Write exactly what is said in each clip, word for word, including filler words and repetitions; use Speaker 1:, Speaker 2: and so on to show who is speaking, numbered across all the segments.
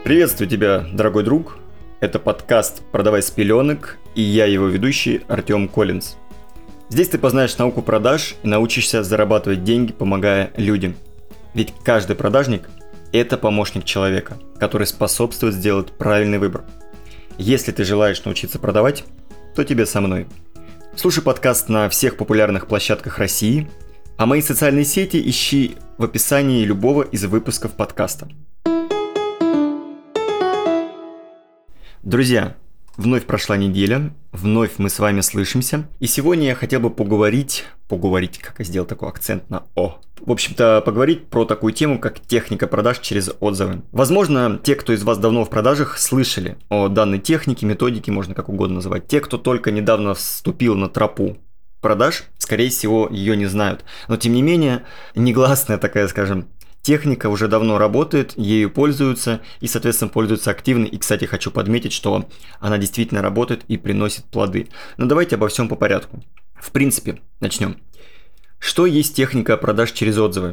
Speaker 1: Приветствую тебя, дорогой друг. Это подкаст «Продавай с пеленок» и я его ведущий Артем Коллинз. Здесь ты познаешь науку продаж и научишься зарабатывать деньги, помогая людям. Ведь каждый продажник – это помощник человека, который способствует сделать правильный выбор. Если ты желаешь научиться продавать, то тебе со мной. Слушай подкаст на всех популярных площадках России, а мои социальные сети ищи в описании любого из выпусков подкаста. Друзья, вновь прошла неделя, вновь мы с вами слышимся, и сегодня я хотел бы поговорить, поговорить, как я сделал такой акцент на «о», в общем-то, поговорить про такую тему, как техника продаж через отзывы. Возможно, те, кто из вас давно в продажах, слышали о данной технике, методике, можно как угодно называть. Те, кто только недавно вступил на тропу продаж, скорее всего, ее не знают. Но, тем не менее, негласная такая, скажем, техника уже давно работает, ею пользуются и, соответственно, пользуются активно. И, кстати, хочу подметить, что она действительно работает и приносит плоды. Но давайте обо всем по порядку. В принципе, начнем. Что есть техника продаж через отзывы?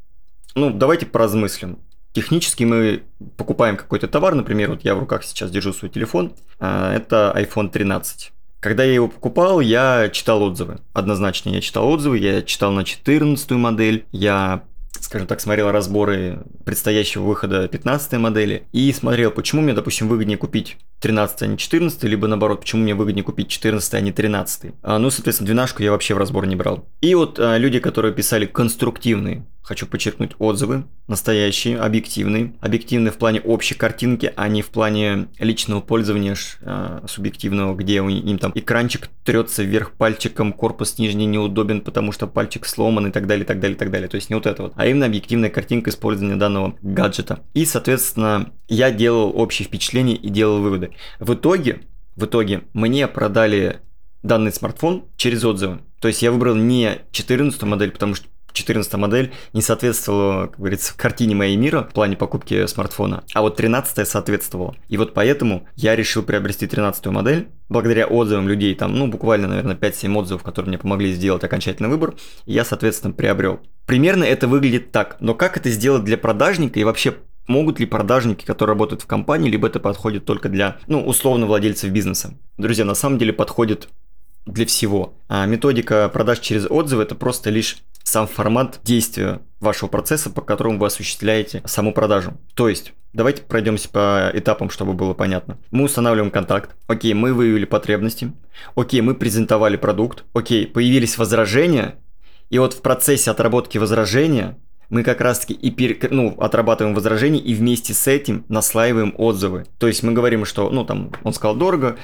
Speaker 1: Ну, давайте поразмыслим. Технически мы покупаем какой-то товар, например, вот я в руках сейчас держу свой телефон, это айфон тринадцать. Когда я его покупал, я читал отзывы. Однозначно я читал отзывы, я читал на четырнадцатую модель, я, скажем так, смотрел разборы предстоящего выхода пятнадцатой модели и смотрел, почему мне, допустим, выгоднее купить тринадцатый, а не четырнадцатый, либо наоборот, почему мне выгоднее купить четырнадцатый, а не тринадцатый. А, ну, соответственно, двенашку я вообще в разбор не брал. И вот а, люди, которые писали конструктивные, хочу подчеркнуть, отзывы, настоящие, объективные. Объективные в плане общей картинки, а не в плане личного пользования а, субъективного, где у, им там экранчик трется вверх пальчиком, корпус нижний неудобен, потому что пальчик сломан и так далее, и так далее, и так далее. То есть не вот это вот, а именно объективная картинка использования данного гаджета. И, соответственно, я делал общее впечатление и делал выводы. В итоге, в итоге мне продали данный смартфон через отзывы. То есть я выбрал не четырнадцатую модель, потому что четырнадцатая модель не соответствовала, как говорится, картине моей мира в плане покупки смартфона, а вот тринадцатая соответствовала. И вот поэтому я решил приобрести тринадцатую модель, благодаря отзывам людей, там, ну, буквально, наверное, пять-семь отзывов, которые мне помогли сделать окончательный выбор, и я, соответственно, приобрел. Примерно это выглядит так, но как это сделать для продажника и вообще могут ли продажники, которые работают в компании, либо это подходит только для, ну, условно, владельцев бизнеса? Друзья, на самом деле подходит для всего. А методика продаж через отзывы – это просто лишь сам формат действия вашего процесса, по которому вы осуществляете саму продажу. То есть, давайте пройдемся по этапам, чтобы было понятно. Мы устанавливаем контакт. Окей, мы выявили потребности. Окей, мы презентовали продукт. Окей, появились возражения. И вот в процессе отработки возражения мы как раз-таки и пере, ну, отрабатываем возражения и вместе с этим наслаиваем отзывы. То есть мы говорим, что, ну, там, он сказал дорого,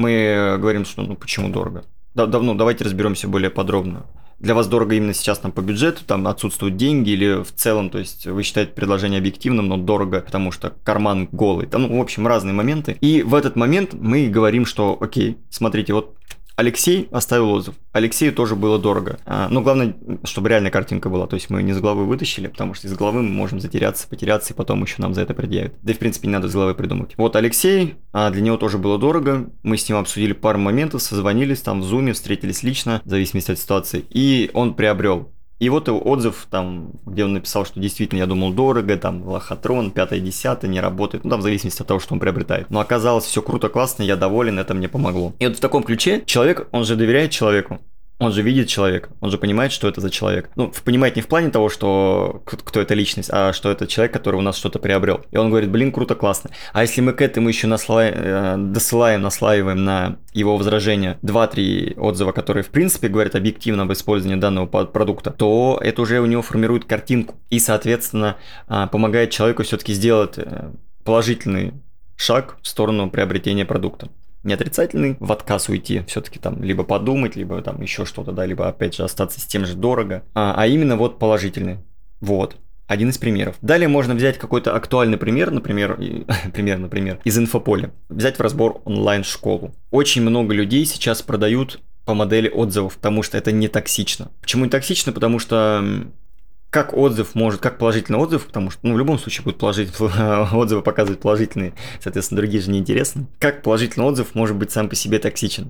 Speaker 1: мы говорим, что, ну, почему дорого? Да, давно, давайте разберемся более подробно. Для вас дорого именно сейчас там по бюджету, там отсутствуют деньги или в целом, то есть вы считаете предложение объективным, но дорого, потому что карман голый. Там, ну, в общем, разные моменты. И в этот момент мы говорим, что, окей, смотрите, вот Алексей оставил отзыв. Алексею тоже было дорого. А, но главное, чтобы реальная картинка была. То есть мы ее не с головы вытащили, потому что из головы мы можем затеряться, потеряться, и потом еще нам за это предъявят. Да и в принципе не надо с головы придумать. Вот Алексей, а для него тоже было дорого. Мы с ним обсудили пару моментов, созвонились там в зуме, встретились лично, в зависимости от ситуации. И он приобрел. И вот его отзыв, там, где он написал, что действительно я думал дорого, там, лохотрон, пятое-десятое, не работает, ну, там, в зависимости от того, что он приобретает. Но оказалось, все круто, классно, я доволен, это мне помогло. И вот в таком ключе человек, он же доверяет человеку. Он же видит человека, он же понимает, что это за человек. Ну, понимает не в плане того, что кто это личность, а что это человек, который у нас что-то приобрел. И он говорит, блин, круто, классно. А если мы к этому еще наслаиваем, досылаем, наслаиваем на его возражения два-три отзыва, которые в принципе говорят объективно об использовании данного продукта, то это уже у него формирует картинку и, соответственно, помогает человеку все-таки сделать положительный шаг в сторону приобретения продукта. Не отрицательный, в отказ уйти, все-таки там либо подумать, либо там еще что-то, да, либо опять же остаться с тем же дорого, а, а именно вот положительный. Вот. Один из примеров. Далее можно взять какой-то актуальный пример, например, и, пример, например, из инфополя. Взять в разбор онлайн-школу. Очень много людей сейчас продают по модели отзывов, потому что это не токсично. Почему не токсично? Потому что как отзыв может, как положительный отзыв, потому что, ну, в любом случае будут положительные отзывы показывать положительные, соответственно, другие же неинтересны. Как положительный отзыв может быть сам по себе токсичен?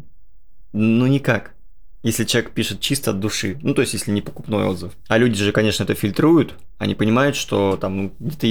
Speaker 1: Ну, никак. Если человек пишет чисто от души, ну, то есть, если не покупной отзыв. А люди же, конечно, это фильтруют, они понимают, что там, ну, где-то есть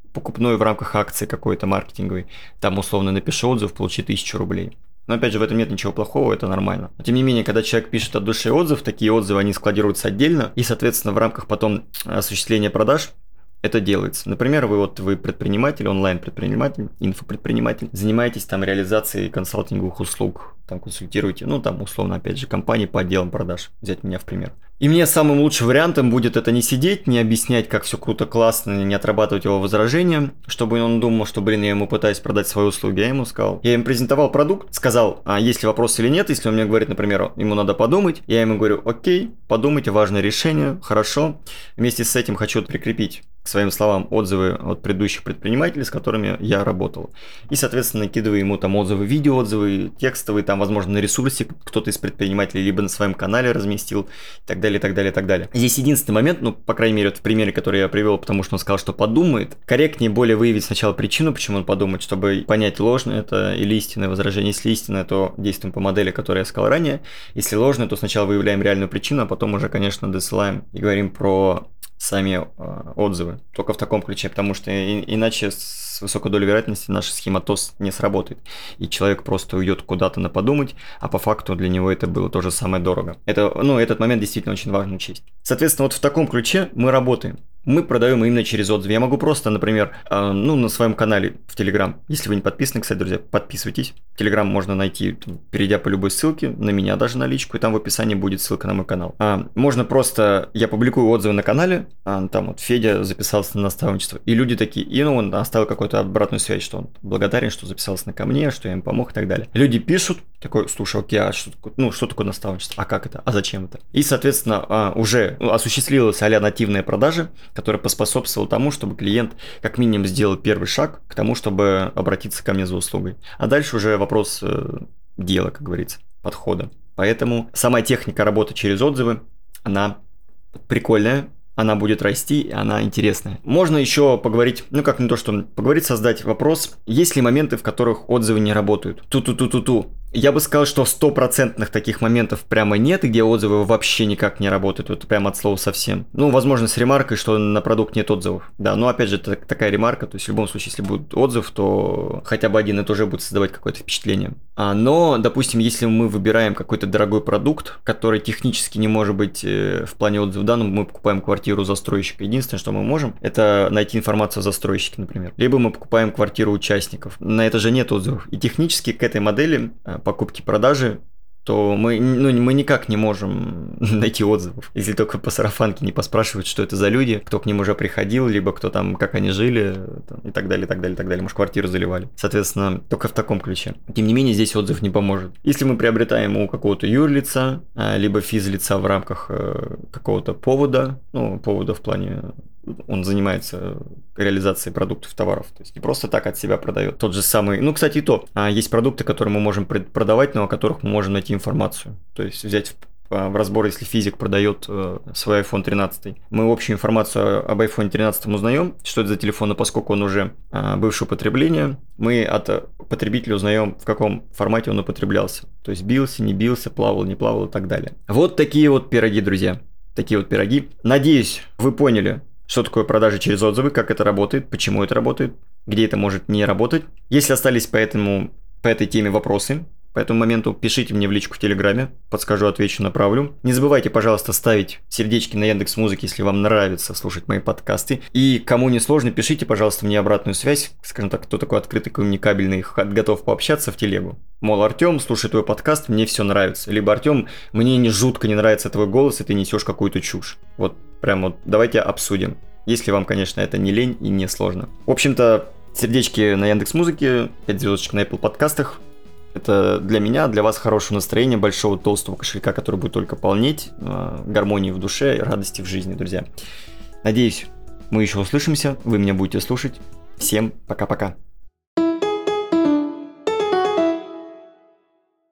Speaker 1: покупной в рамках акции какой-то маркетинговой, там условно напиши отзыв, получи тысячу рублей. Но опять же, в этом нет ничего плохого, это нормально. Но тем не менее, когда человек пишет от души отзыв, такие отзывы, они складируются отдельно, и, соответственно, в рамках потом осуществления продаж это делается. Например, вы вот вы предприниматель, онлайн-предприниматель, инфопредприниматель, занимаетесь там реализацией консалтинговых услуг, там консультируете, ну там условно, опять же, компании по отделам продаж, взять меня в пример. И мне самым лучшим вариантом будет это не сидеть, не объяснять, как все круто, классно, не отрабатывать его возражения, чтобы он думал, что, блин, я ему пытаюсь продать свои услуги. Я ему сказал, я ему презентовал продукт, сказал, а есть ли вопросы или нет, если он мне говорит, например, ему надо подумать, я ему говорю, окей, подумайте, важное решение, хорошо. Вместе с этим хочу прикрепить к своим словам отзывы от предыдущих предпринимателей, с которыми я работал. И, соответственно, накидываю ему там отзывы, видеоотзывы, текстовые, там, возможно, на ресурсе кто-то из предпринимателей либо на своем канале разместил, и так далее, и так далее, и так далее. Здесь единственный момент, ну, по крайней мере, вот в примере, который я привел, потому что он сказал, что подумает, корректнее более выявить сначала причину, почему он подумает, чтобы понять, ложно это или истинное возражение. Если истинное, то действуем по модели, которую я сказал ранее. Если ложное, то сначала выявляем реальную причину, а потом уже, конечно, досылаем и говорим про сами э, отзывы. Только в таком ключе, потому что и, иначе с высокой долей вероятности наша схема ТОС не сработает. И человек просто уйдет куда-то на подумать, а по факту для него это было то же самое дорого. Это, ну, этот момент действительно очень важно учесть. Соответственно, вот в таком ключе мы работаем. Мы продаем именно через отзывы. Я могу просто, например, э, ну, на своем канале в Телеграм, если вы не подписаны, кстати, друзья, подписывайтесь. Телеграм можно найти, там, перейдя по любой ссылке, на меня даже на личку, и там в описании будет ссылка на мой канал. А, можно просто, я публикую отзывы на канале, а, там вот Федя записался на наставничество, и люди такие, и ну, он оставил какую-то обратную связь, что он благодарен, что записался на ко мне, что я им помог и так далее. Люди пишут, такой, слушай, окей, а что такое, ну, что такое наставничество, а как это, а зачем это? И, соответственно, а, уже ну, осуществилась а-ля нативная продажа, которая поспособствовала тому, чтобы клиент как минимум сделал первый шаг к тому, чтобы обратиться ко мне за услугой. А дальше уже вопрос э, дела, как говорится, подхода. Поэтому сама техника работы через отзывы, она прикольная, она будет расти, и она интересная. Можно еще поговорить, ну как не то, что поговорить, создать вопрос, есть ли моменты, в которых отзывы не работают. Ту-ту-ту-ту-ту. Я бы сказал, что стопроцентных таких моментов прямо нет, где отзывы вообще никак не работают, вот прямо от слова совсем. Ну, возможно, с ремаркой, что на продукт нет отзывов. Да, но опять же, это такая ремарка, то есть в любом случае, если будет отзыв, то хотя бы один это уже будет создавать какое-то впечатление. А, но, допустим, если мы выбираем какой-то дорогой продукт, который технически не может быть э, в плане отзывов, да, ну, мы покупаем квартиру у застройщика, единственное, что мы можем, это найти информацию о застройщике, например. Либо мы покупаем квартиру участников, на это же нет отзывов. И технически к этой модели покупки-продажи, то мы, ну, мы никак не можем найти отзывов, если только по сарафанке не поспрашивать, что это за люди, кто к ним уже приходил, либо кто там, как они жили, там, и так далее, и так далее, и так далее. Может, квартиру заливали. Соответственно, только в таком ключе. Тем не менее, здесь отзыв не поможет. Если мы приобретаем у какого-то юрлица, либо физлица в рамках какого-то повода, ну, повода в плане он занимается реализацией продуктов, товаров, то есть не просто так от себя продает. Тот же самый, ну, кстати, и то, есть продукты, которые мы можем продавать, но о которых мы можем найти информацию. То есть взять в разбор, если физик продает свой айфон тринадцать. Мы общую информацию об айфон тринадцать узнаем, что это за телефон, но поскольку он уже бывшее употребление, мы от потребителя узнаем, в каком формате он употреблялся. То есть бился, не бился, плавал, не плавал и так далее. Вот такие вот пироги, друзья. Такие вот пироги. Надеюсь, вы поняли, что такое продажи через отзывы, как это работает, почему это работает, где это может не работать. Если остались по, этому, по этой теме вопросы, по этому моменту пишите мне в личку в Телеграме, подскажу, отвечу, направлю. Не забывайте, пожалуйста, ставить сердечки на Яндекс.Музыке, если вам нравится слушать мои подкасты. И кому не сложно, пишите, пожалуйста, мне обратную связь, скажем так, кто такой открытый, коммуникабельный, готов пообщаться в телегу. Мол, Артем, слушай твой подкаст, мне все нравится. Либо, Артем, мне не жутко не нравится твой голос, и ты несешь какую-то чушь. Вот прям вот давайте обсудим. Если вам, конечно, это не лень и не сложно. В общем-то, сердечки на Яндекс.Музыке, пять звездочек на Apple подкастах. Это для меня, для вас хорошего настроения, большого толстого кошелька, который будет только полнеть, гармонии в душе и радости в жизни, друзья. Надеюсь, мы еще услышимся, вы меня будете слушать. Всем пока-пока.